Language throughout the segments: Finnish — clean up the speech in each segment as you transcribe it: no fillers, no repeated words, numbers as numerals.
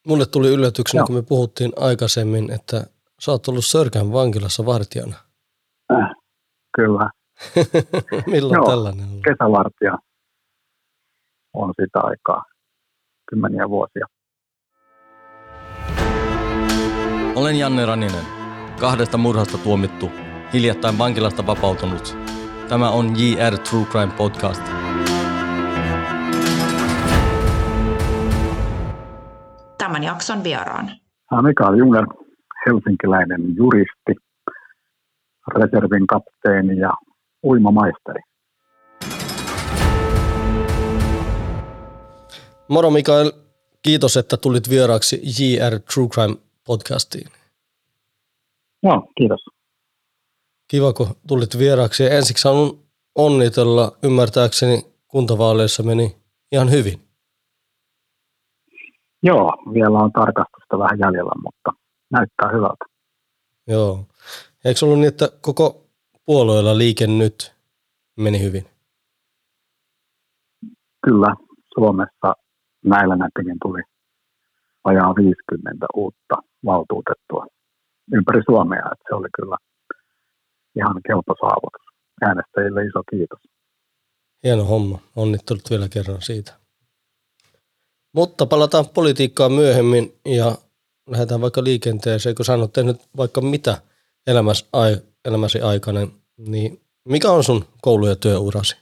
Mulle tuli yllätyksenä, Joo. kun me puhuttiin aikaisemmin, että sä oot ollut Sörkän vankilassa vartijana. Kyllä. Milloin tällainen on? Kesävartija on sitä aikaa, kymmeniä vuosia. Olen Janne Raninen, 2 murhasta tuomittu, hiljattain vankilasta vapautunut. Tämä on JR True Crime Podcast. Tämän jakson vieraan. Mikael Junger, helsinkiläinen juristi, reservin kapteeni ja uimamaisteri. Moro Mikael, kiitos, että tulit vieraaksi JR True Crime Podcastiin. Joo, kiitos. Kiva, kun tulit vieraaksi. Ja ensiksi haluan onnitella, ymmärtääkseni kuntavaaleissa meni ihan hyvin. Joo, vielä on tarkastusta vähän jäljellä, mutta näyttää hyvältä. Joo. Eikö ollut niin, että koko puolueella Liike Nyt meni hyvin? Kyllä, Suomessa näillä näkymin tuli vajaa 50 uutta valtuutettua ympäri Suomea, että se oli kyllä ihan kelpo saavutus. Äänestäjille iso kiitos. Hieno homma. Onnittelut vielä kerran siitä. Mutta palataan politiikkaan myöhemmin ja lähdetään vaikka liikenteeseen. Kun sä oot tehnyt vaikka mitä elämäsi aikana, niin mikä on sun koulu- ja työurasi?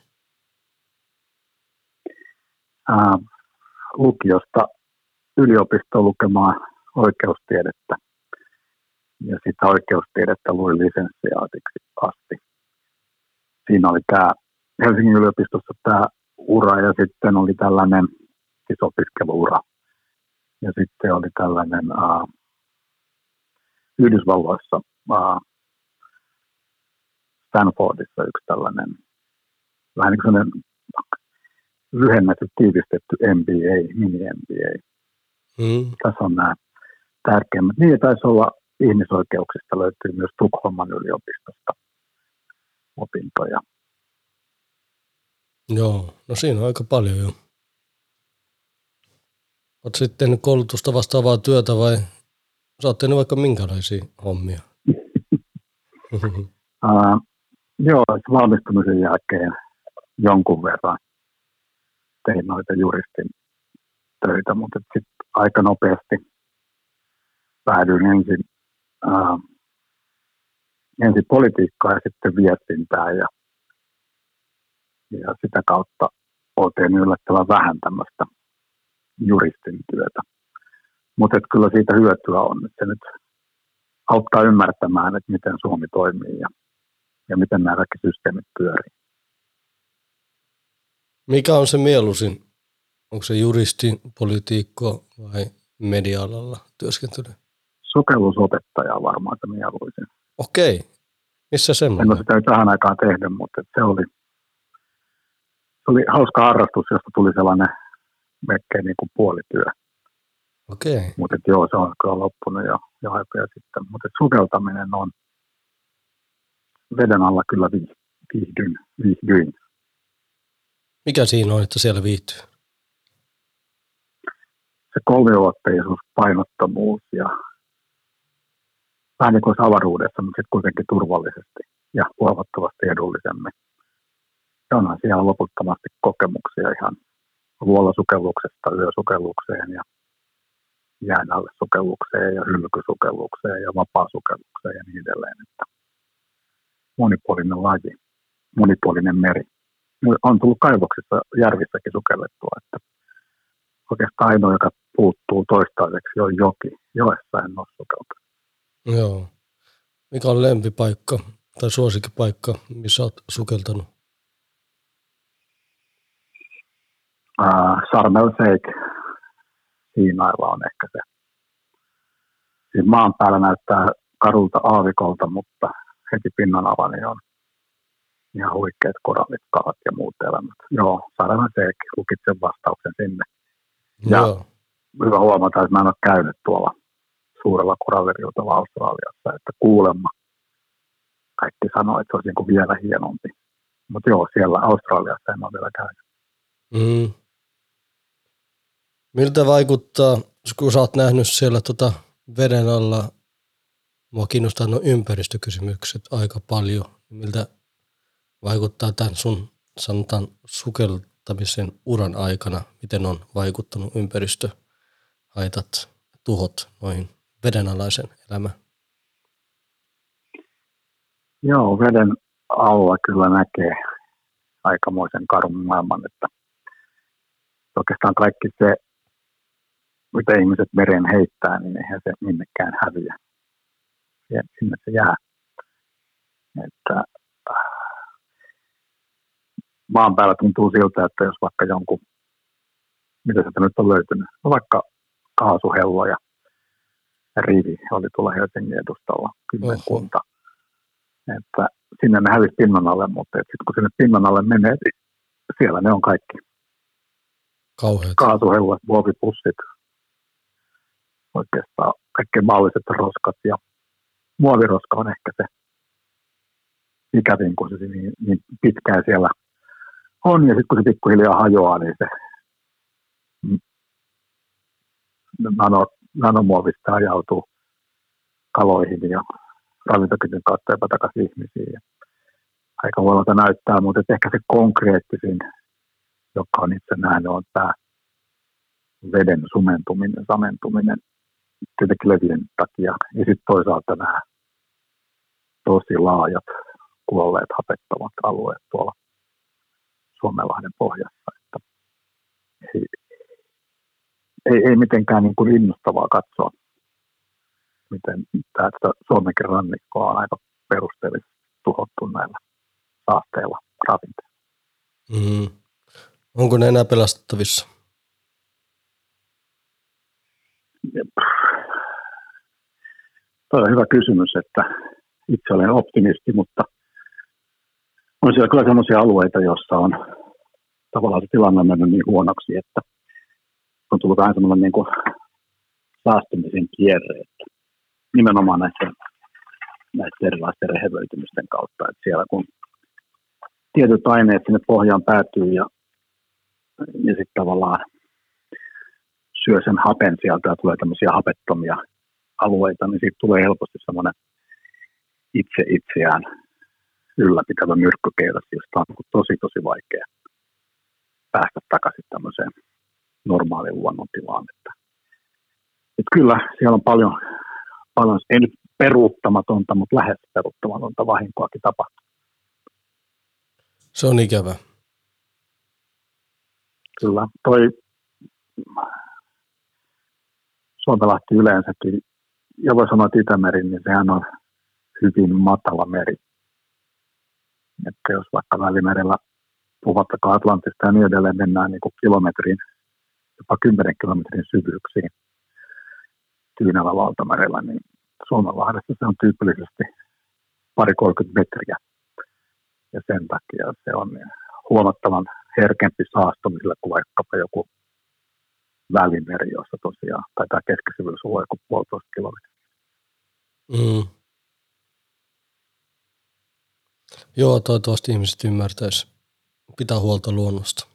Lukiosta yliopistoon lukemaan oikeustiedettä. Ja sitä oikeustiedettä luin lisenssiaatiksi asti. Siinä oli tämä Helsingin yliopistossa tämä ura ja sitten oli tällainen siis opiskeluura. Ja sitten oli tällainen Yhdysvalloissa Stanfordissa yksi tällainen vähän niin kuin sellainen lyhennetty, tiivistetty MBA, mini-MBA. Tässä on nämä tärkeimmät. Niin taisi olla ihmisoikeuksista, löytyy myös Tukholman yliopistosta opintoja. Joo, no siinä on aika paljon jo. Oletko sitten tehnyt koulutusta vastaavaa työtä vai sä oot tehnyt vaikka minkälaisia hommia? Joo, valmistumisen jälkeen jonkun verran tein noita juristin töitä, mutta sitten aika nopeasti päädyin ensin politiikkaan ja sitten viestintään ja sitä kautta olen yllättävän vähän tämmöistä juristin työtä. Mutta kyllä siitä hyötyä on, että se nyt auttaa ymmärtämään, että miten Suomi toimii ja miten nämä kaikki systeemit pyörii. Mikä on se mieluisin? Onko se juristi, politiikko vai media-alalla työskentely? Sukellusopettaja on varmaan se mieluisin. Okei. Missä semmoinen? En ole sitä tähän aikaan tehnyt, mutta se oli hauska harrastus, josta tuli sellainen melkein niin kuin puolityö. Okei. Mutta joo, se on kyllä loppunut jo aikoja sitten. Mutta sukeltaminen on veden alla kyllä viihdyin. Mikä siinä on, että siellä viihtyy? Se kolmiulotteisuus, painottomuus ja vähän niin kuin avaruudessa, mutta sitten kuitenkin turvallisesti ja huomattavasti edullisemmin. Ja onhan siellä loputtomasti kokemuksia ihan luolasukelluksesta yösukellukseen ja jään alle sukellukseen ja hylkysukellukseen ja vapaasukellukseen ja niin edelleen. Että monipuolinen laji, monipuolinen meri. On tullut kaivoksissa järvissäkin sukellettua, että oikeastaan ainoa, joka puuttuu toistaiseksi, on joki. Joessa en ole sukeltanut. Joo. Mikä on lempipaikka tai suosikkipaikka, missä olet sukeltanut? Sharm el Sheikh Siinailla on ehkä se. Siis maan päällä näyttää karulta aavikolta, mutta heti pinnan alla niin on ihan huikeat korallit, kalat ja muut elämät. Joo, Sharm el Sheikh, lukitsen vastauksen sinne. Ja Joo. hyvä huomata, että mä en ole käynyt tuolla suurella koralliriutalla Australiassa, että kuulemma kaikki sanoo, että se olisi niin vielä hienompi. Mutta joo, siellä Australiassa en ole vielä käynyt. Miltä vaikuttaa kun sä oot nähnyt siellä veden alla, mua kiinnostaa nuo ympäristökysymykset aika paljon. Miltä vaikuttaa tämän sun, sanotaan, sukeltamisen uran aikana, miten on vaikuttanut ympäristöhaitat, tuhot noihin vedenalaisen elämään? Joo, veden alla kyllä näkee aikamoisen karun maailman, että oikeastaan kaikki se, mitä ihmiset mereen heittää, niin eihän se minnekään häviä. Ja sinne se jää. Että maan päällä tuntuu siltä, että jos vaikka jonkun, mitä sieltä nyt on löytynyt, no vaikka kaasuhello ja rivi oli tuolla Helsingin edustalla, kymmenkunta. Että sinne ne hävisi pinnan alle, mutta sitten kun sinne pinnan alle menee, niin siellä ne on kaikki. Kauheat. Kaasuhellot, muovipussit, oikeastaan kaikkein mahdolliset roskat ja muoviroska on ehkä se ikävin, kun se niin pitkään siellä on. Ja sitten kun se pikkuhiljaa hajoaa, niin se nanomuovista ajautuu kaloihin ja ravintoketjun kautta jopa takaisin ihmisiin. Ja aika huolelta näyttää, mutta ehkä se konkreettisin, joka on itse nähnyt, on tämä veden sumentuminen, samentuminen tietenkin levien takia. Ja sitten toisaalta nämä tosi laajat, kuolleet, hapettomat alueet tuolla Suomenlahden pohjassa. Että ei mitenkään niin kuin innostavaa katsoa, miten tämä Suomenkin rannikkoa on aika perusteellisesti tuhottu näillä saasteilla ravinteilla. Onko ne enää pelastettavissa? Tuo on hyvä kysymys, että itse olen optimisti, mutta on siellä kyllä sellaisia alueita, joissa on tavallaan se tilanne mennyt niin huonoksi, että on tullut vähän semmoinen niin kuin saastumisen kierre, että nimenomaan näiden erilaisten rehevöitymisten kautta, että siellä kun tietyt aineet sinne pohjaan päätyy ja sitten tavallaan syö sen hapen sieltä ja tulee tämmöisiä hapettomia alueita, niin siitä tulee helposti semmoinen itseään ylläpitävä myrkkykeilas, josta on tosi vaikea päästä takaisin tämmöiseen normaaliin luonnontilaan. Että kyllä siellä on paljon, ei nyt peruuttamatonta, mutta lähes peruuttamatonta vahinkoakin tapahtuu. Se on ikävä. Kyllä, toi Suomenlahti yleensäkin, ja voi sanoa, että Itämeri, niin sehän on hyvin matala meri. Että jos vaikka Välimerellä, puhumattakaan Atlantista ja niin edelleen, mennään niin kuin kilometrin, jopa 10 kilometrin syvyyksiin Tyynellä valtamerellä, niin Suomenlahdessa se on tyypillisesti 20-30 metriä. Ja sen takia se on huomattavan herkempi saastumiselle kuin vaikkapa joku Välimeri, jossa tosiaan taitaa keskisyvyys olla joku 1,5 kilometriä. Joo, toivottavasti ihmiset ymmärtäisi pitää huolta luonnosta.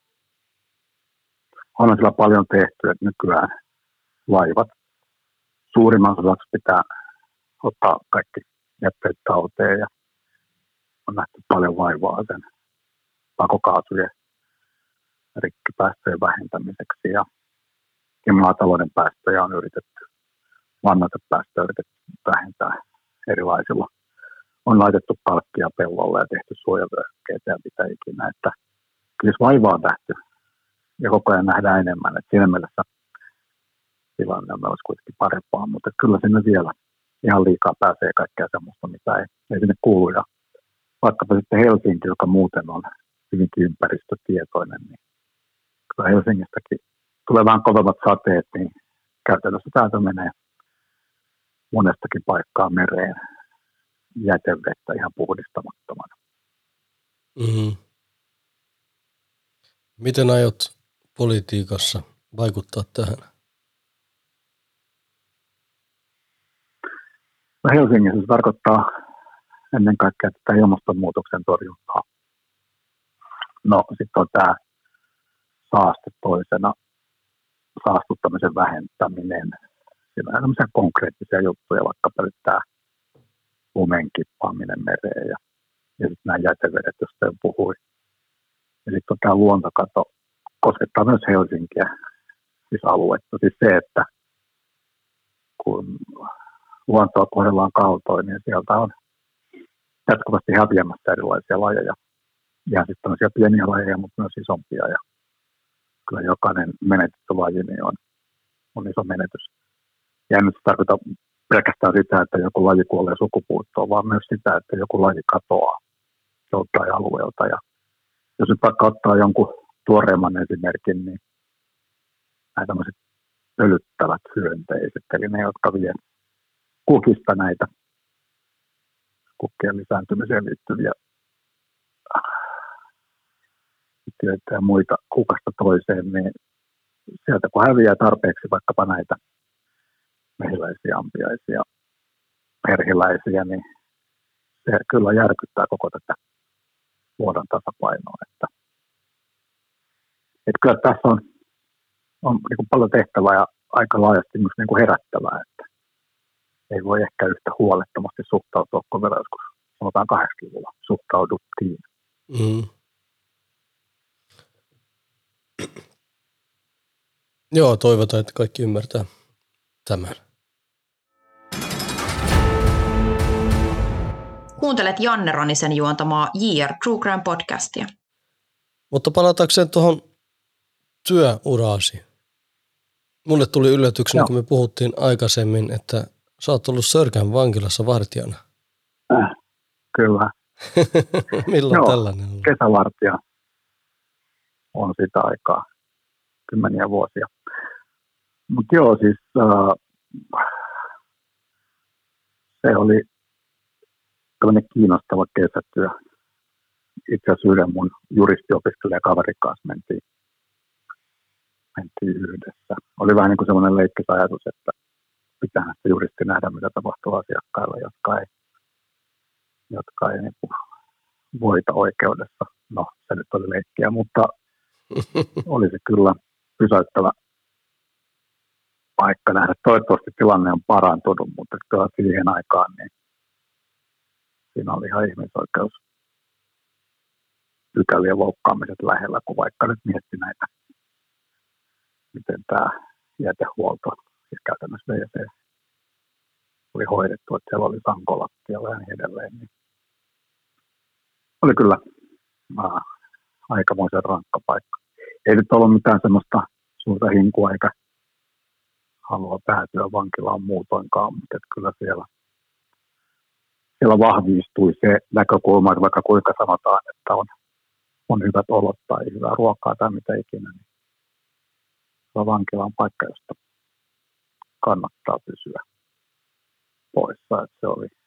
On sillä paljon tehty, että nykyään laivat suurimman osaksi pitää ottaa kaikki jätteet talteen ja on nähty paljon vaivaa sen pakokaasujen rikkipäästöjen vähentämiseksi ja maatalouden päästöjä on yritetty, lannoitepäästöjä on yritetty vähentää erilaisilla. On laitettu kalkkia pellolle ja tehty suojavyöhykkeitä ja mitä ikinä, että kyllä vaivaa on nähty ja koko ajan nähdään enemmän, että siinä mielessä tilanne olisi kuitenkin parempaa, mutta kyllä sinne vielä ihan liikaa pääsee kaikkea semmoista, mitä ei sinne kuulu. Ja vaikkapa sitten Helsinki, joka muuten on hyvinkin ympäristötietoinen, niin kyllä Helsingistäkin tulee vähän kovemmat sateet, niin käytännössä täältä menee monestakin paikkaa mereen jätevettä ihan puhdistamattomana. Miten aiot politiikassa vaikuttaa tähän? No Helsingissä se tarkoittaa ennen kaikkea tätä ilmastonmuutoksen torjuntaa. No sitten on tämä saaste toisena. saastuttamisen vähentäminen. Siinä on tämmöisiä konkreettisia juttuja, vaikka tämä lumen kippaaminen mereen ja sitten nämä jätevedet, joista jo puhui. Ja sitten on tämä luontokato, koskettaa myös Helsinkiä, siis aluetta. Siis se, että kun luontoa kohdellaan kaltoin, niin sieltä on jatkuvasti häviämässä erilaisia lajeja. Ja sitten tämmöisiä pieniä lajeja, mutta myös isompia. Ja kyllä jokainen menetetty laji niin on iso menetys. Ja en nyt tarkoita pelkästään sitä, että joku laji kuolee sukupuuttoon, vaan myös sitä, että joku laji katoaa joltain alueelta. Ja jos nyt vaikka ottaa jonkun tuoreemman esimerkin, niin nämä tämmöiset pölyttävät hyönteiset, eli ne, jotka vie kukista näitä kukkien lisääntymiseen liittyviä ja muita kukasta toiseen, niin sieltä kun häviää tarpeeksi vaikkapa näitä mehiläisiä, ampiaisia, perhiläisiä, niin se kyllä järkyttää koko tätä luonnon tasapainoa. Että kyllä tässä on niin kuin paljon tehtävää ja aika laajasti myös niin kuin herättävää, että ei voi ehkä yhtä huolettomasti suhtautua, kun vielä joskus sanotaan 80-luvulla suhtauduttiin. Mm. Joo, toivotaan, että kaikki ymmärtää tämän. Kuuntelet Janne Ranisen juontamaa JR True Crime podcastia. Mutta palatakseen tuohon työuraasi. Mulle tuli yllätyksenä, kun me puhuttiin aikaisemmin, että sä oot ollut Sörkän vankilassa vartijana. Kyllä. Milloin tällainen on? Kesävartija on sitä aikaa, kymmeniä vuosia. Mutta joo, siis se oli tämmöinen kiinnostava kesätyö. Itse asiassa yhden mun juristiopiskelijakaverin kanssa mentiin yhdessä. Oli vähän niin kuin semmoinen leikkisajatus, että pitää sitä juristi nähdä, mitä tapahtuu asiakkailla, jotka ei niin kuin voita oikeudessa. No, se nyt oli leikkiä, mutta oli se kyllä pysäyttävä paikka nähdä. Toivottavasti tilanne on parantunut, mutta kyllä siihen aikaan niin siinä oli ihan ihmisoikeuspykälien loukkaamiset lähellä, kun vaikka nyt mietti näitä, miten tämä jätehuolto, siis käytännössä WC oli hoidettu, että siellä oli sankolattialla ja niin edelleen. Niin oli kyllä aikamoisen rankka paikka. Ei nyt ollut mitään semmoista suurta hinkua eikä halua päätyä vankilaan muutoinkaan, mutta kyllä siellä vahvistui se näkökulma, että vaikka kuinka sanotaan, että on hyvät olot tai hyvää ruokaa tai mitä ikinä, niin vankila on paikka, josta kannattaa pysyä poissa. Että se oli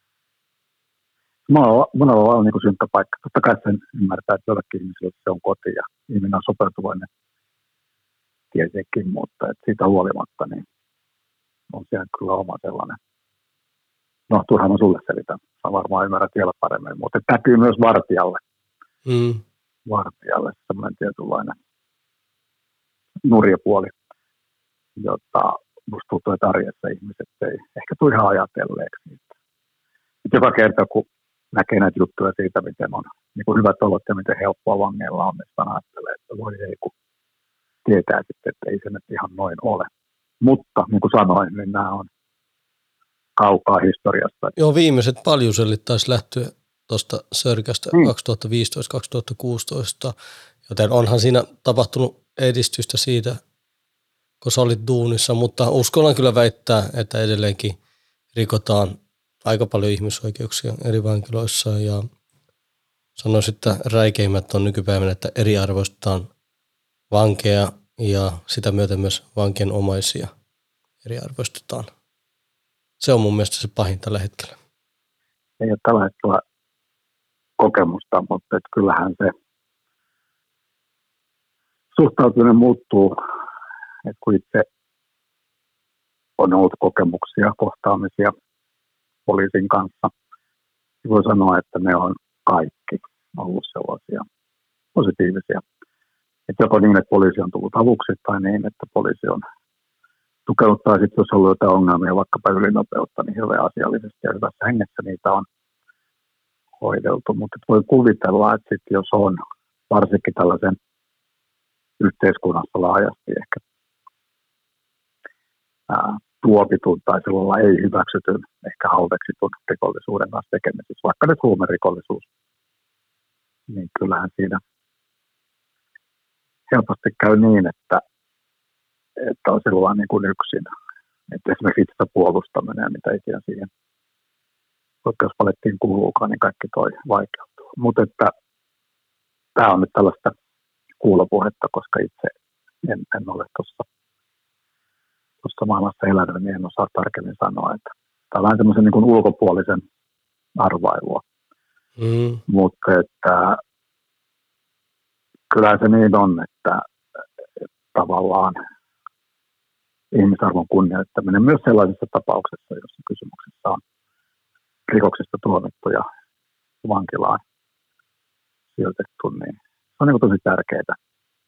monella lailla niin kuin synkkä paikka. Totta kai sen ymmärtää, että jollekin ihmisille se on koti ja ihminen on sopeutuvainen tietenkin, mutta että siitä huolimatta niin on siellä kyllä oma sellainen. No, turhaan mä sulle selitän. Sä varmaan ymmärrät vielä paremmin, mutta näkyy myös vartijalle. Vartijalle semmoinen tietynlainen nurjapuoli, jota musta tuntuu, että arjessa ihmiset ei ehkä tule ihan ajatelleeksi niitä. Joka kerta, kun näkee näitä juttuja siitä, miten on niin kuin hyvät olot ja miten helppoa vangeilla on, niin ajattelee, että voi ei, kun tietää sitten, että ei se nyt ihan noin ole. Mutta niin kuin sanoin, niin nämä on kaukaa historiasta. Joo, viimeiset paljusellit taisi lähteä tuosta Sörkästä 2015-2016, joten onhan siinä tapahtunut edistystä siitä, kun sä olit duunissa, mutta uskallan kyllä väittää, että edelleenkin rikotaan aika paljon ihmisoikeuksia eri vankiloissa ja sanoisin, että räikeimmät on nykypäivänä, että eriarvoistetaan vankeja ja sitä myöten myös vankien omaisia eriarvoistetaan. Se on mun mielestä se pahin tällä hetkellä. Ei ole tällä hetkellä kokemusta, mutta että kyllähän se suhtautuminen muuttuu, että kun itse on ollut kokemuksia, kohtaamisia poliisin kanssa, niin voi sanoa, että ne on kaikki ollut sellaisia positiivisia. Että joko niin, että poliisi on tullut avuksi tai niin, että poliisi on tukenut tai sitten jos on ollut jotain ongelmia, vaikkapa ylinopeutta, niin hirveän asiallisesti ja hyvässä hengessä niitä on hoideltu. Mutta voi kuvitella, että sit jos on varsinkin tällaisen yhteiskunnassa laajasti ehkä tuopitun tai silloin ei hyväksytyn, ehkä halveksitun rikollisuuden kanssa tekemisissä, vaikka nyt huumerikollisuus, niin kyllähän siinä helposti käy niin, että on silloin niin kuin yksin. Että esimerkiksi itse puolustaminen ja mitä ikinä siihen oikeuspalettiin kuuluukaan, niin kaikki toi vaikeutuu. Mutta että tämä on nyt tällaista kuulopuhetta, koska itse en ole tuossa maailmassa elänyt, niin en osaa tarkemmin sanoa, että tämä on vähän semmoisen niin kuin ulkopuolisen arvailua. Mutta että kyllä se niin on, että tavallaan ihmisarvon kunnioittaminen myös sellaisessa tapauksessa, jossa kysymyksessä on rikoksesta tuomittu ja vankilaan sijoitettu, niin se on niin tosi tärkeää.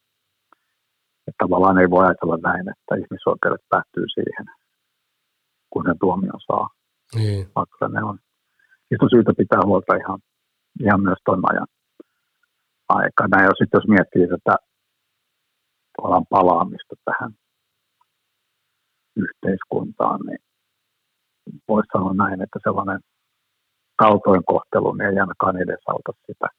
Että tavallaan ei voi ajatella näin, että ihmisoikeudet päättyy siihen, kun sen tuomion saa. Vaikka ne on. Niistä on syytä pitää huolta ihan myös tuon ajan aikana. Ja sitten jos miettii tätä tavallaan palaamista tähän yhteiskuntaan, niin voisi sanoa näin, että sellainen kaltoinkohtelu niin ei ainakaan edesauta sitä.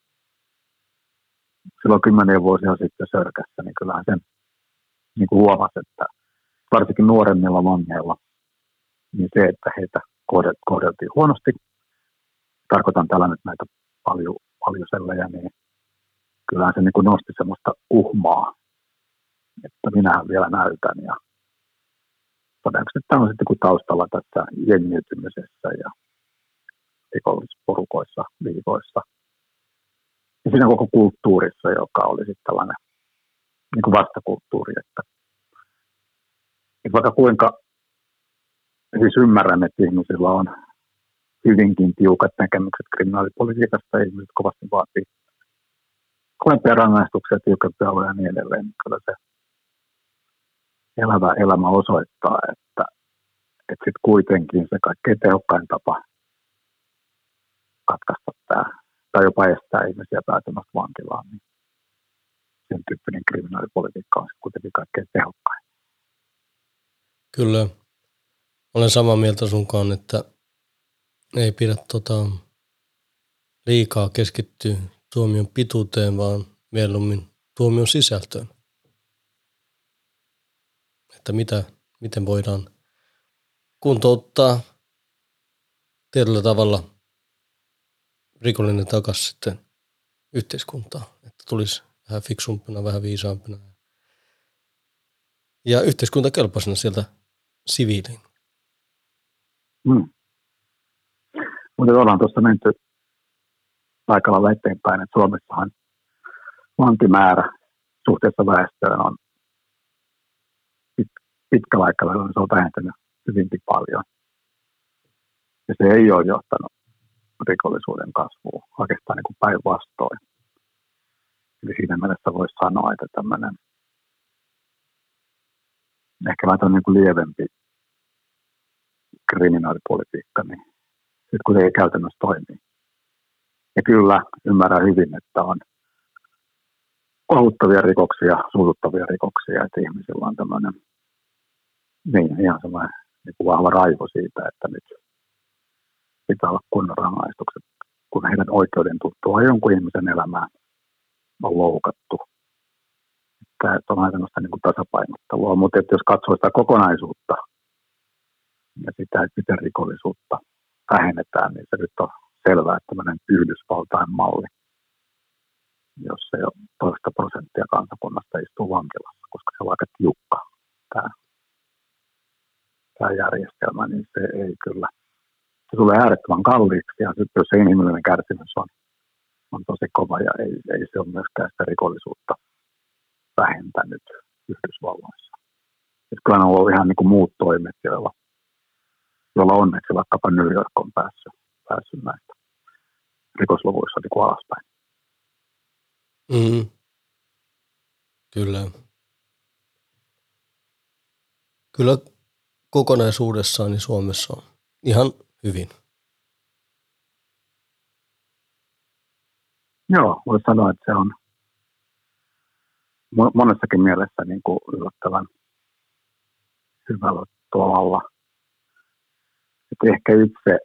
Silloin 10 vuosia sitten Sörkässä, niin kyllähän sen niin kuin huomasi, että varsinkin nuoremmilla vangeilla, niin se, että heitä kohdeltiin huonosti, tarkoitan tällä nyt näitä paljusellejä, niin kyllähän se niin kuin nosti semmoista uhmaa, että minähän vielä näytän. Ja todennäköisesti tämä on sitten niin taustalla tässä jengiytymisessä ja rikollisporukoissa, liigoissa. Ja siinä koko kulttuurissa, joka oli sitten tällainen niin kuin vastakulttuuri, että vaikka kuinka siis ymmärrän, että ihmisillä on hyvinkin tiukat näkemykset kriminaalipolitiikasta, ihmiset kovasti vaatii kovempia rangaistuksia, tiukempia oloja ja niin edelleen, niin kyllä se elävä elämä osoittaa, että sitten kuitenkin se kaikkein tehokkain tapa katkaista tämä, tai jopa estää ihmisiä päätymästä vankilaan, niin sen tyyppinen kriminaalipolitiikka on kuitenkin kaikkein tehokkain. Kyllä. Olen samaa mieltä sunkaan, että ei pidä liikaa keskittyä tuomion pituuteen, vaan mieluummin tuomion sisältöön. Että miten voidaan kuntouttaa tietyllä tavalla rikollinen takaisin sitten yhteiskuntaan, että tulisi vähän fiksumpana, vähän viisaampana ja yhteiskuntakelpoisena sieltä siviiliin. Mutta ollaan tuossa menty aika lailla eteenpäin, että Suomessahan vankimäärä suhteessa väestöön on pitkällä aikavälillä, se on vähentynyt hyvinkin paljon. Ja se ei ole johtanut rikollisuuden kasvuun, oikeastaan niin kuin päinvastoin. Eli siinä mielessä voisi sanoa, että tämmöinen ehkä vähän niin kuin lievempi kriminaalipolitiikka, niin sitten kun se ei käytännössä toimi. Ja kyllä ymmärrän hyvin, että on kohuttavia rikoksia, suututtavia rikoksia, että ihmisillä on tämmöinen niin, ihan semmoinen niin kuin vahva raivo siitä, että nyt pitää olla kunnon rangaistukset, kun heidän oikeuden tuttua jonkun ihmisen elämään on loukattu. Tämä on aina tämmöistä niin kuin tasapainottelua, mutta että jos katsoo sitä kokonaisuutta ja sitä, että miten rikollisuutta vähennetään, niin se nyt on selvää, että tämmöinen Yhdysvaltain malli, jossa jo 1% kansakunnasta istuu vankilassa, koska se on aika tiukka tämä järjestelmä, niin se ei kyllä. Se tulee äärettömän kalliiksi ja sitten jos se inhimillinen kärsimys on tosi kova ja ei se ole myöskään sitä rikollisuutta vähentänyt Yhdysvalloissa. Sitten kyllä on ollut ihan niin kuin muut toimet, joilla onneksi vaikkapa New York on päässyt näistä rikosluvuissa niin kuin alaspäin. Kyllä. Kyllä kokonaisuudessaan niin Suomessa on ihan hyvin. Joo, voisi sanoa, että se on monessakin mielessä niin kuin yllättävän hyvällä tavalla. Että ehkä itse,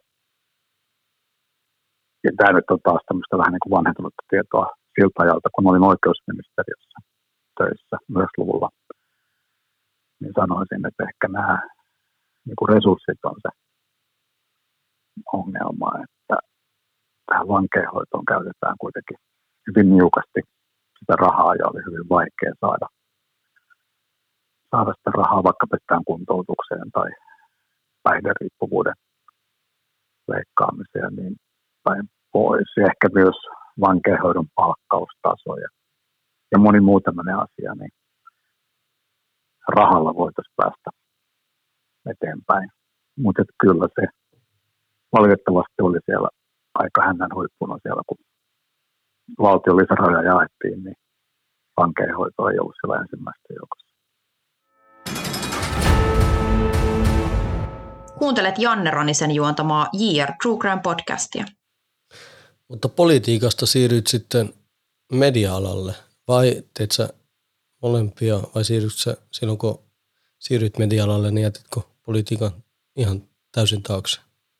ja tämä nyt on taas tämmöistä vähän niin kuin vanhentunutta tietoa siltä ajalta, kun olin oikeusministeriössä töissä 90-luvulla, niin sanoisin, että ehkä nämä niin kuin resurssit on se ongelma, että tähän vankeinhoitoon käytetään kuitenkin hyvin niukasti sitä rahaa ja oli hyvin vaikea saada sitä rahaa vaikka pelkästään kuntoutukseen tai päihderiippuvuuden leikkaamiseen niin päin pois. Ja ehkä myös vankeinhoidon palkkaustaso ja moni muu tämmöinen asia, niin rahalla voitaisiin päästä eteenpäin. Mutta kyllä se valitettavasti oli siellä aika hännän huippuna siellä, kun valtion lisärahoja jaettiin, niin vankeinhoito ei ollut siellä ensimmäistä joukossa. Kuuntelet Janne Ranisen juontamaa JR True Crime podcastia. Mutta politiikasta siirryt sitten media-alalle vai teet sä molempia vai siirryt sä silloin kun siirryt media-alalle, niin jätitkö politiikan ihan täysin taakse?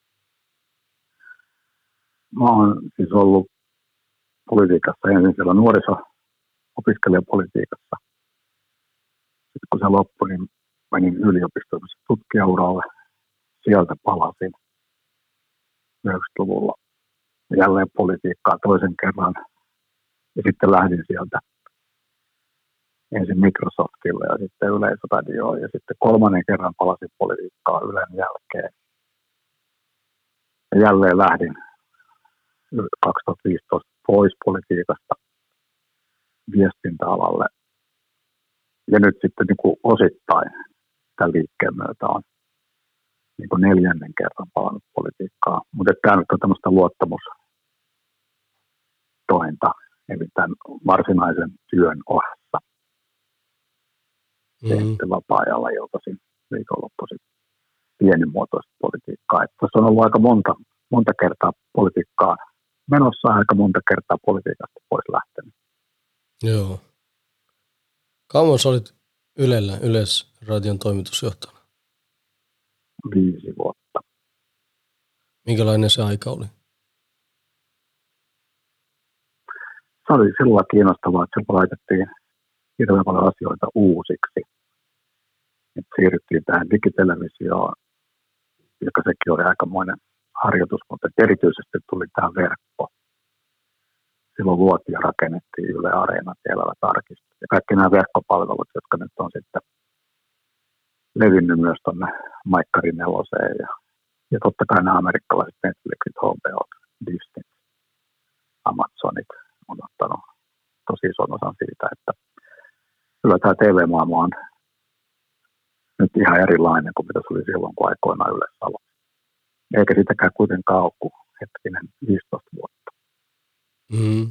Mä oon siis ollut politiikassa ensin siellä nuoriso-opiskelijapolitiikassa. Sitten kun se loppui, niin menin yliopistossa tutkijauralle. Sieltä palasin 90-luvulla jälleen politiikkaa toisen kerran. Ja sitten lähdin sieltä ensin Microsoftille ja sitten Yleisradioon. Ja sitten kolmannen kerran palasin politiikkaa Ylen jälkeen. Ja jälleen lähdin 2015 pois politiikasta viestintäalalle. Ja nyt sitten niin kuin osittain tämän liikkeen myötä on niin kuin neljännen kerran palannut politiikkaa. Mutta tämä nyt on tämmöistä luottamustointa, eli tämän varsinaisen työn ohessa. Sitten vapaa-ajalla iltaisin viikonloppuisin pienimuotoista politiikkaa. Että tässä on ollut aika monta kertaa politiikkaa menossa, aika monta kertaa politiikasta pois lähtenyt. Joo. Kauan sä olit Ylellä, Yleisradion toimitusjohtajana? 5 vuotta. Minkälainen se aika oli? Se oli silloin kiinnostavaa, että silloin laitettiin hirveän paljon asioita uusiksi. Et siirryttiin tähän digitelevisioon, joka sekin oli aikamoinen harjoitus, mutta erityisesti tuli tähän verkko. Silloin luotiin ja rakennettiin Yle Areenat ja Elävät arkistot. Ja kaikki nämä verkkopalvelut, jotka nyt on sitten levinnyt myös tuonne Maikkari 4 ja totta kai nämä amerikkalaiset Netflixit, HBO, Disney, Amazonit on ottanut tosi ison osan siitä, että kyllä tämä TV-maailma on nyt ihan erilainen kuin mitä se oli silloin, kun aikoinaan Ylessä aloitti. Eikä sitäkään kuitenkaan ole kuin hetkinen 15 vuotta. Mm.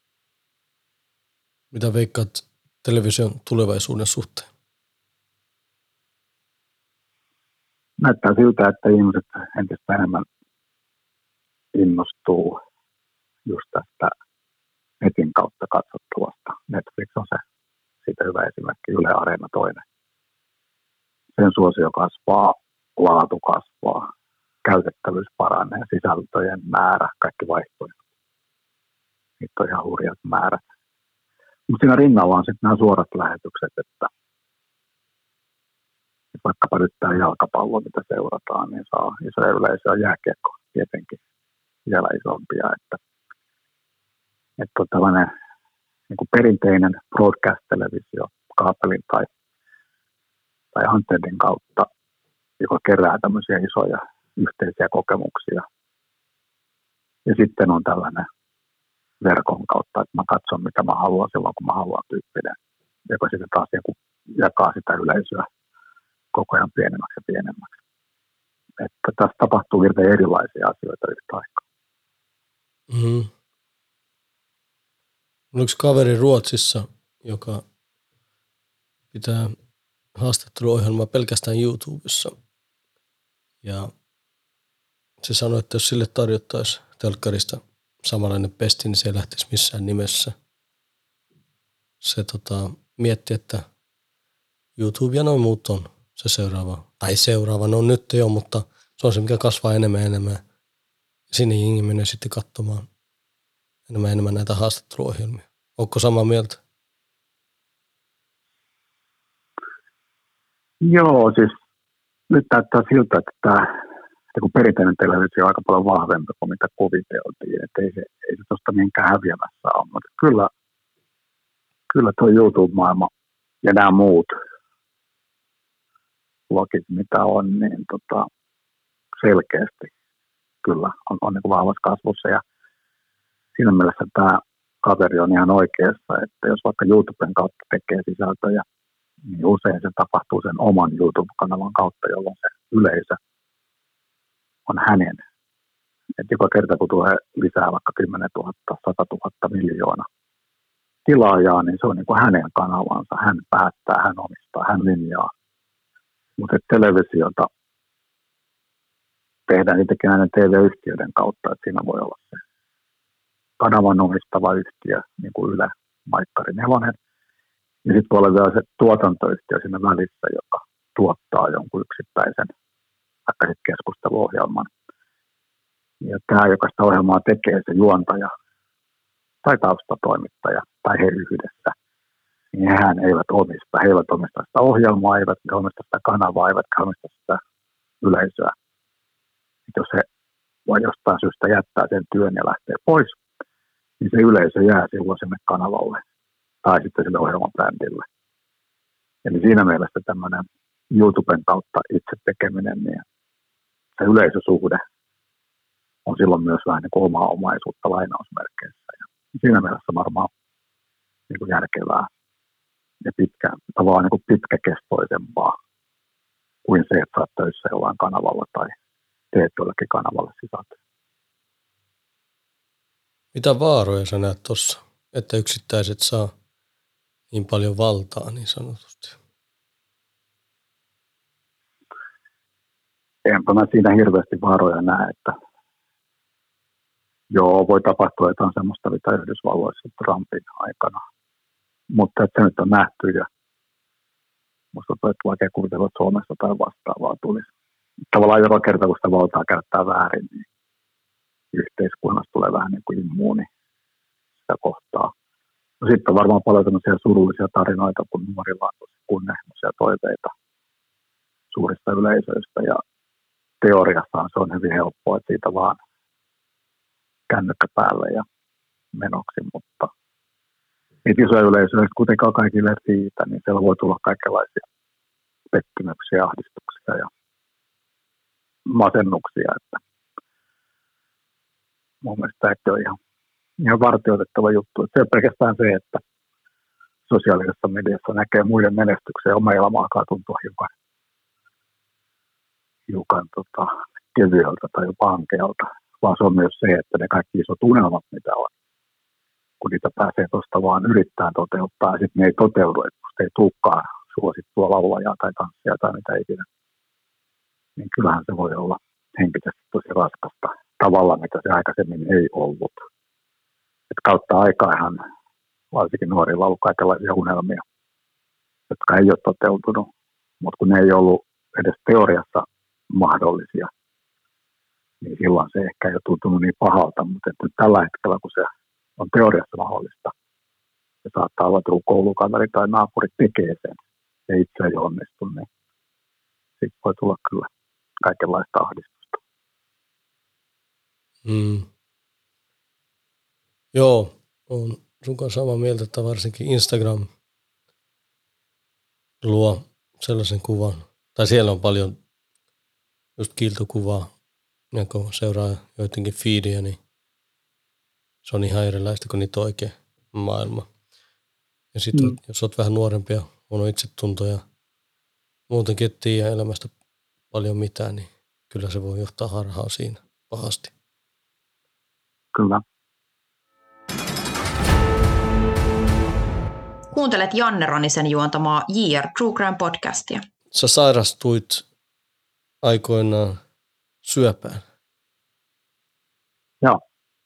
Mitä veikkaat television tulevaisuuden suhteen? Näyttää siltä, että ihmiset entistä enemmän innostuu just tästä netin kautta katsottavasta. Netflix on se siitä hyvä esimerkki, Yle Areena toinen. Sen suosio kasvaa, laatu kasvaa, käytettävyys paranee, sisältöjen määrä, kaikki vaihtoehdot. Niitä on ihan hurjat määrät. Mutta siinä rinnalla on sitten nämä suorat lähetykset, että vaikkapa nyt tämä jalkapallo, mitä seurataan, niin saa isoja yleisöä, jääkiekko tietenkin vielä isompia. Että on tällainen niin kuin perinteinen broadcast-televisio kaapelin tai antennin kautta, joka kerää tämmöisiä isoja yhteisiä kokemuksia. Ja sitten on tällainen verkon kautta, että mä katson mitä mä haluan silloin, kun mä haluan tyyppinen, joka sitten taas jakaa sitä yleisöä koko ajan pienemmäksi ja pienemmäksi. Että tässä tapahtuu hirveän erilaisia asioita yhtä aikaa. Mm-hmm. On yksi kaveri Ruotsissa, joka pitää haastatteluohjelmaa pelkästään YouTubessa. Ja se sanoi, että jos sille tarjottaisiin telkkarista samanlainen pesti, niin se ei lähtisi missään nimessä. Se mietti, että YouTube ja noin muut on se seuraava. Tai seuraava, no nyt jo, mutta se on se, mikä kasvaa enemmän ja enemmän. Sinne jengi menee sitten katsomaan enemmän näitä haastatteluohjelmia. Onko samaa mieltä? Joo, siis nyt näyttää siltä, että tämä kun perinteinen televisio on aika paljon vahvempi kuin mitä kuviteltiin, että ei se tuosta mihinkään häviämässä ole, mutta kyllä tuo YouTube-maailma ja nämä muut blogit, mitä on, niin selkeästi kyllä on niin kuin vahvassa kasvussa ja siinä mielessä tämä kaveri on ihan oikeassa, että jos vaikka YouTuben kautta tekee sisältöjä, niin usein se tapahtuu sen oman YouTube-kanavan kautta, jolloin se yleisö on hänen. Et joka kerta, kun tulee lisää vaikka 10 000, 100 000, miljoona tilaajaa, niin se on niin kuin hänen kanavansa. Hän päättää, hän omistaa, hän linjaa. Mutta televisiota tehdään tietenkin näiden TV-yhtiöiden kautta, että siinä voi olla se kanavan omistava yhtiö, niin kuin Yle, Maikkari, Nelonen. Ja sitten voi olla vielä se tuotantoyhtiö siinä välissä, joka tuottaa jonkun yksittäisen vaikka sitten keskusteluohjelman. Ja tämä, joka sitä ohjelmaa tekee, se juontaja tai taustatoimittaja tai he yhdessä, niin hehän eivät omista. He eivät omista sitä ohjelmaa, eivät omista sitä kanavaa, eivät omista sitä yleisöä. Et jos he voi jostain syystä jättää sen työn ja lähtee pois, niin se yleisö jää silloin sinne kanavalle tai sitten sille ohjelmabrändille. Eli siinä mielessä tämmöinen YouTuben kautta itse tekeminen, niin se yleisösuhde on silloin myös vähän niin kuin omaa omaisuutta lainausmerkeissä. Ja siinä mielessä varmaan niin kuin järkevää ja tavallaan niin kuin pitkäkestoisempaa kuin se, että sä oot töissä jollain kanavalla tai teet jollekin kanavalle sisältöä. Mitä vaaroja sä näet tuossa, että yksittäiset saa niin paljon valtaa niin sanotusti? Enpä mä siinä hirveästi vaaroja näe, että joo, voi tapahtua jotain semmoista, mitä Yhdysvalloissa Trumpin aikana. Mutta se nyt on nähty ja musta tuntuu, että vaikea kuvitella, että Suomessa tai vastaavaa tulisi. Tavallaan joka kerta, kun sitä valtaa käyttää väärin, niin yhteiskunnassa tulee vähän niin kuin immuuni sitä kohtaa. No sitten on varmaan paljon tämmöisiä surullisia tarinoita, kun nuorilla on tosi kunnianhimoisia toiveita suurista yleisöistä ja teoriassaan se on hyvin helppoa, että siitä vaan kännykkä päälle ja menoksi, mutta niitä isoja yleisöjä ei kuitenkaan kaikille riitä, niin siellä voi tulla kaikenlaisia pettymyksiä, ahdistuksia ja masennuksia, että mun mielestä tämä on ihan vartioitettava juttu. Että se on pelkästään se, että sosiaalisessa mediassa näkee muiden menestyksiä ja oma elämä alkaa tuntua hiukan kevyeltä tai jopa ankealta, vaan se on myös se, että ne kaikki isot unelmat, mitä on, kun niitä pääsee tuosta vaan yrittää toteuttaa, ja sitten ne ei toteudu, että kun ei tulekaan suosittua laulajaa tai tanssia tai mitä ikinä, niin kyllähän se voi olla henkisesti tosi raskasta tavalla, mitä se aikaisemmin ei ollut. Et kautta aikaan varsinkin nuorilla on ollut kaikenlaisia unelmia, jotka ei ole toteutunut, mutta kun ne ei ollut edes teoriassa mahdollisia, niin silloin se ehkä ei ole tuntunut niin pahalta, mutta nyt tällä hetkellä, kun se on teoriassa mahdollista, se saattaa olla, että joku koulukaveri tai naapuri tekee sen ja itse ei onnistu, niin sitten voi tulla kyllä kaikenlaista ahdistusta. Joo, olen sun kanssa samaa mieltä, että varsinkin Instagram luo sellaisen kuvan, tai siellä on paljon just kiiltokuvaa, ja kun seuraa joidenkin feediä, niin se on ihan erilaista kuin niitä oikea maailma. Ja sitten jos olet vähän nuorempi ja huono itsetunto ja muutenkin et tiedä elämästä paljon mitään, niin kyllä se voi johtaa harhaan siinä pahasti. Kyllä. Kuuntelet Janne Ranisen juontamaa JR True Crime podcastia. Sä sairastuit aikoinaan syöpään. Joo.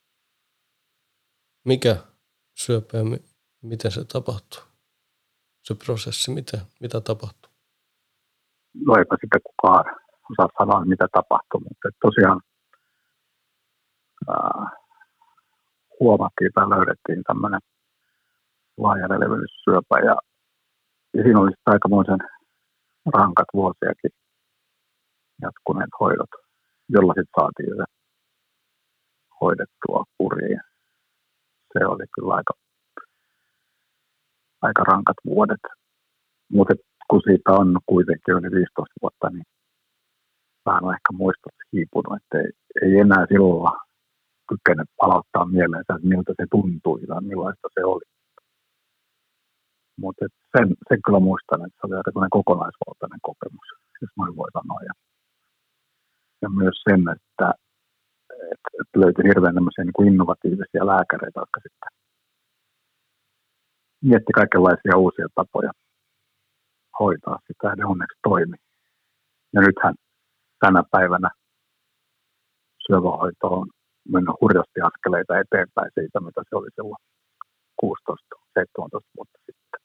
Mikä syöpä ja miten se tapahtuu? Se prosessi, mitä tapahtuu? No eipä sitä kukaan osaa sanoa, mitä tapahtuu, mutta tosiaan huomattiin tai löydettiin tämmöinen laajaleveysyöpä ja siinä oli sitten aikamoisen rankat vuosiakin jatkuneet hoidot, jolla sitten saatiin se hoidettua kuriin. Se oli kyllä aika rankat vuodet, mutta kun siitä on kuitenkin yli 15 vuotta, niin vähän on ehkä muistot hiipunut, että ei enää silloin kykene palauttaa mieleensä, että miltä se tuntui tai millaista se oli. Mutta sen kyllä muistan, että se oli aika kokonaisvaltainen kokemus, jos noin voi sanoa. Ja myös sen, että löytyi hirveän niin innovatiivisia lääkäreitä, jotka sitten mietti kaikenlaisia uusia tapoja hoitaa sitä, ja ne onneksi toimi. Ja nythän tänä päivänä syövähoito on mennyt hurjasti askeleita eteenpäin siitä, mitä se oli silloin 16-17 vuotta sitten.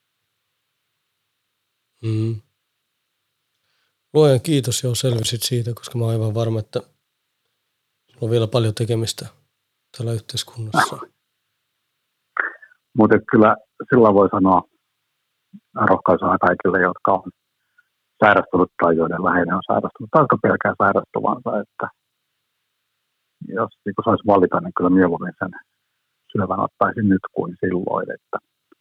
Mm. Luojan kiitos, jo selvisit siitä, koska mä oon aivan varma, että on vielä paljon tekemistä tällä yhteiskunnassa. Mutta kyllä sillä voi sanoa rohkaisuna kaikille, jotka on sairastunut tai joiden läheinen on sairastunut, tai jotka pelkää sairastuvansa, että jos niin saisi valita, niin kyllä mieluummin sen syövän ottaisin nyt kuin silloin, että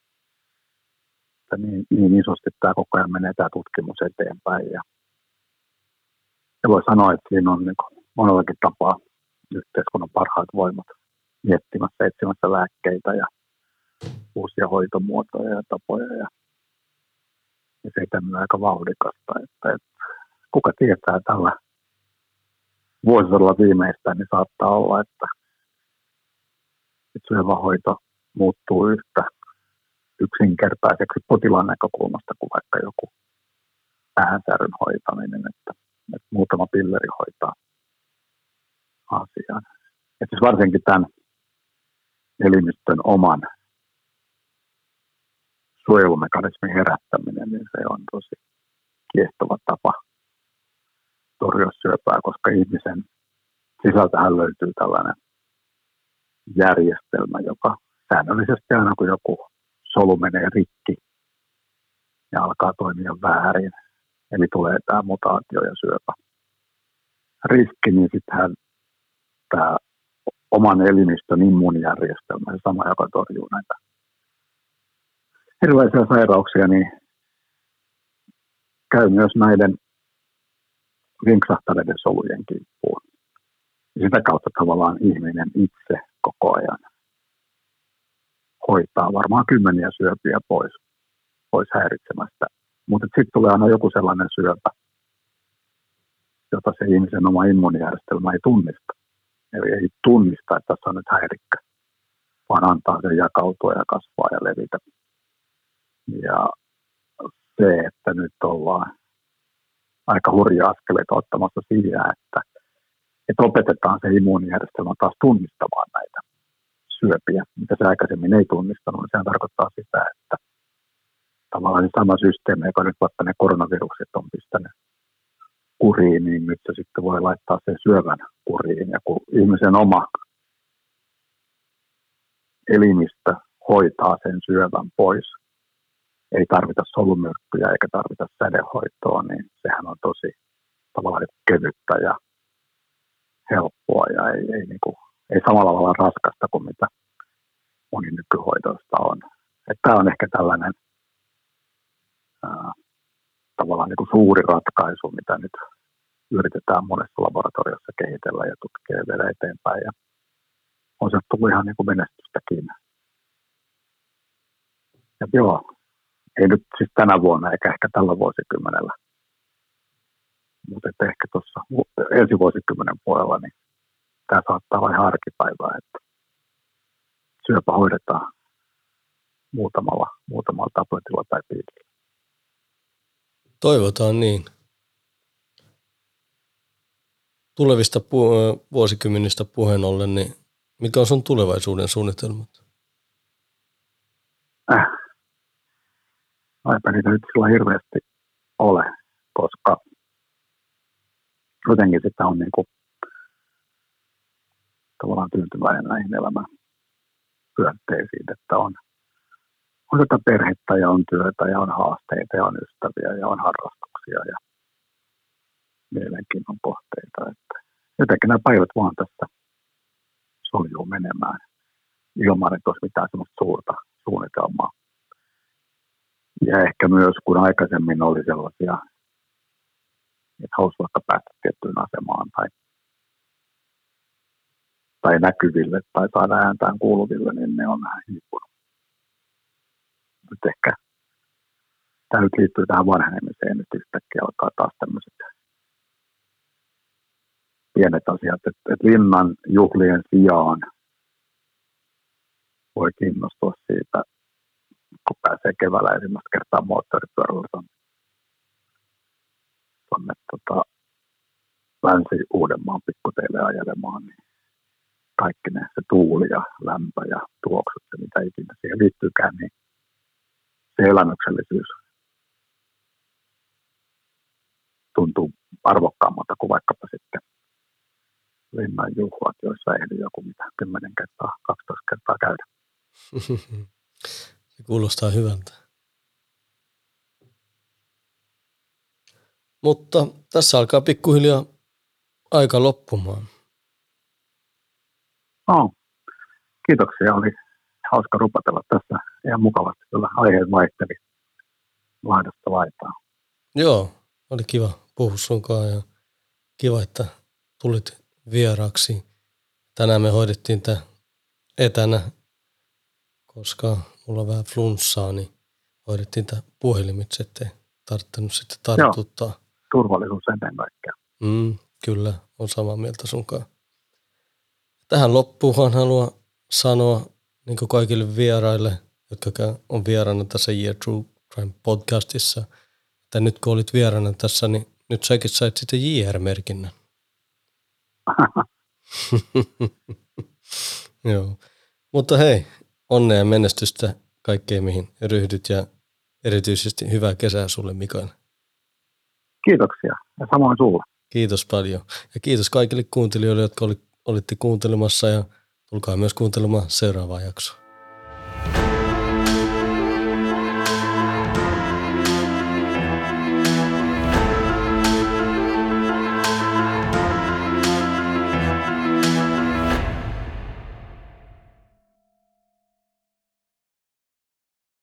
niin isosti tämä koko ajan menee tämä tutkimus eteenpäin. Ja voi sanoa, että siinä on niin monellakin tapaa yhteiskunnan parhaat voimat miettimässä, etsimässä lääkkeitä ja uusia hoitomuotoja ja tapoja. Ja se on aika vauhdikasta, että kuka tietää tällä vuosisadalla viimeistään, niin saattaa olla, että syövähoito muuttuu yhtä yksinkertaiseksi potilaan näkökulmasta kuin vaikka joku päänsäryn hoitaminen, että muutama pilleri hoitaa asian. Et siis varsinkin tämän elimistön oman suojelumekanismin herättäminen, niin se on tosi kiehtova tapa torjua syöpää, koska ihmisen sisältähän löytyy tällainen järjestelmä, joka säännöllisesti aina kun joku solu menee rikki ja alkaa toimia väärin, eli tulee tämä mutaatio ja syöpä riski, niin sittenhän tämä oman elimistön immuunijärjestelmä, se sama, joka torjuu näitä erilaisia sairauksia, niin käy myös näiden vinksahtaneiden solujen kimppuun. Ja sitä kautta tavallaan ihminen itse koko ajan hoitaa varmaan kymmeniä syöpiä pois häiritsemästä. Mutta sitten tulee aina joku sellainen syöpä, jota se ihmisen oma immuunijärjestelmä ei tunnista. Eli ei tunnista, että tässä on nyt häirikkä, vaan antaa sen jakautua ja kasvaa ja levitä. Ja se, että nyt ollaan aika hurja askeleita ottamassa siihen, että opetetaan se immuunijärjestelmä taas tunnistamaan näitä syöpiä, mitä se aikaisemmin ei tunnistanut, niin sehän tarkoittaa sitä, että tavallaan se sama systeemi, joka nyt vaikka ne koronavirukset on pistänyt kuriin, niin nyt se sitten voi laittaa sen syövän kuriin. Ja kun ihmisen oma elimistö hoitaa sen syövän pois, ei tarvita solumyrkkyjä eikä tarvita sädehoitoa, niin sehän on tosi tavallaan kevyttä ja helppoa ja ei samalla tavalla raskasta kuin mitä moni nykyhoidoista on. Tämä on ehkä tällainen tavallaan niin kuin suuri ratkaisu, mitä nyt yritetään monessa laboratoriossa kehitellä ja tutkia ja viedä eteenpäin. Ja on se tullut ihan niin kuin menestystäkin. Ja joo, ei nyt siis tänä vuonna eikä ehkä tällä vuosikymmenellä, mutta ehkä tuossa ensi vuosikymmenen puolella, niin tämä saattaa olla ihan arkipäivää, että syöpä hoidetaan muutamalla tabletilla tai piilillä. Toivotaan niin. Tulevista vuosikymmenistä puheen ollen, niin mikä on sun tulevaisuuden suunnitelmat? Eipä niitä nyt sillä hirveästi ole, koska jotenkin sitä on niinku tavallaan tyytyväinen näihin elämän pyötteisiin, että on tätä perhettä ja on työtä ja on haasteita ja on ystäviä ja on harrastuksia ja mielenkiinnon kohteita. Että jotenkin nämä päivät vaan tässä soljuu menemään ilman, että olisi mitään semmoista suurta suunnitelmaa. Ja ehkä myös, kun aikaisemmin oli sellaisia, että halusi vaikka päästä tiettyyn asemaan tai näkyville tai saada ääntään kuuluville, niin ne on vähän hiipunut. Nyt ehkä tämä nyt liittyy tähän vanhenemiseen, nyt yhtäkkiä alkaa taas tämmöiset pienet asiat, että linnan juhlien sijaan voi kiinnostua siitä, kun pääsee keväällä ensimmäistä kertaa moottoripyörällä tuonne Länsi-Uudenmaan pikkuteille ajelemaan, niin kaikki ne, se tuuli ja lämpö ja tuoksut ja mitä ikinä siihen liittyykään, niin se elämyksellisyys tuntuu arvokkaammalta kuin vaikkapa sitten linnan juhlat, joissa ehdi joku 10 kertaa, 12 kertaa käydä. Se kuulostaa hyvältä. Mutta tässä alkaa pikkuhiljaa aika loppumaan. No, kiitoksia. Oli hauska rupatella tässä. Ihan mukavasti. Kyllä aiheet vaihteli laidasta laitaan. Joo, oli kiva puhua sunkaan ja kiva, että tulit vieraaksi. Tänään me hoidettiin tämä etänä, koska mulla on vähän flunssaa, niin hoidettiin tämä puhelimitse, ettei tarvittanut sitten tartuttaa. Joo, turvallisuus ennen kaikkea. Kyllä, on samaa mieltä sunkaan. Tähän loppuun haluan sanoa niin kuin kaikille vieraille, jotka on vieraana tässä Year True Crime podcastissa, että nyt kun olit vieraana tässä, niin nyt säkin sait sitten JR-merkinnän. Joo. Mutta hei, onnea ja menestystä kaikkeen mihin ryhdyt ja erityisesti hyvää kesää sulle, Mikael. Kiitoksia ja samoin sulle. Kiitos paljon ja kiitos kaikille kuuntelijoille, jotka olitte kuuntelemassa ja tulkaa myös kuuntelemaan seuraavaa jaksoa.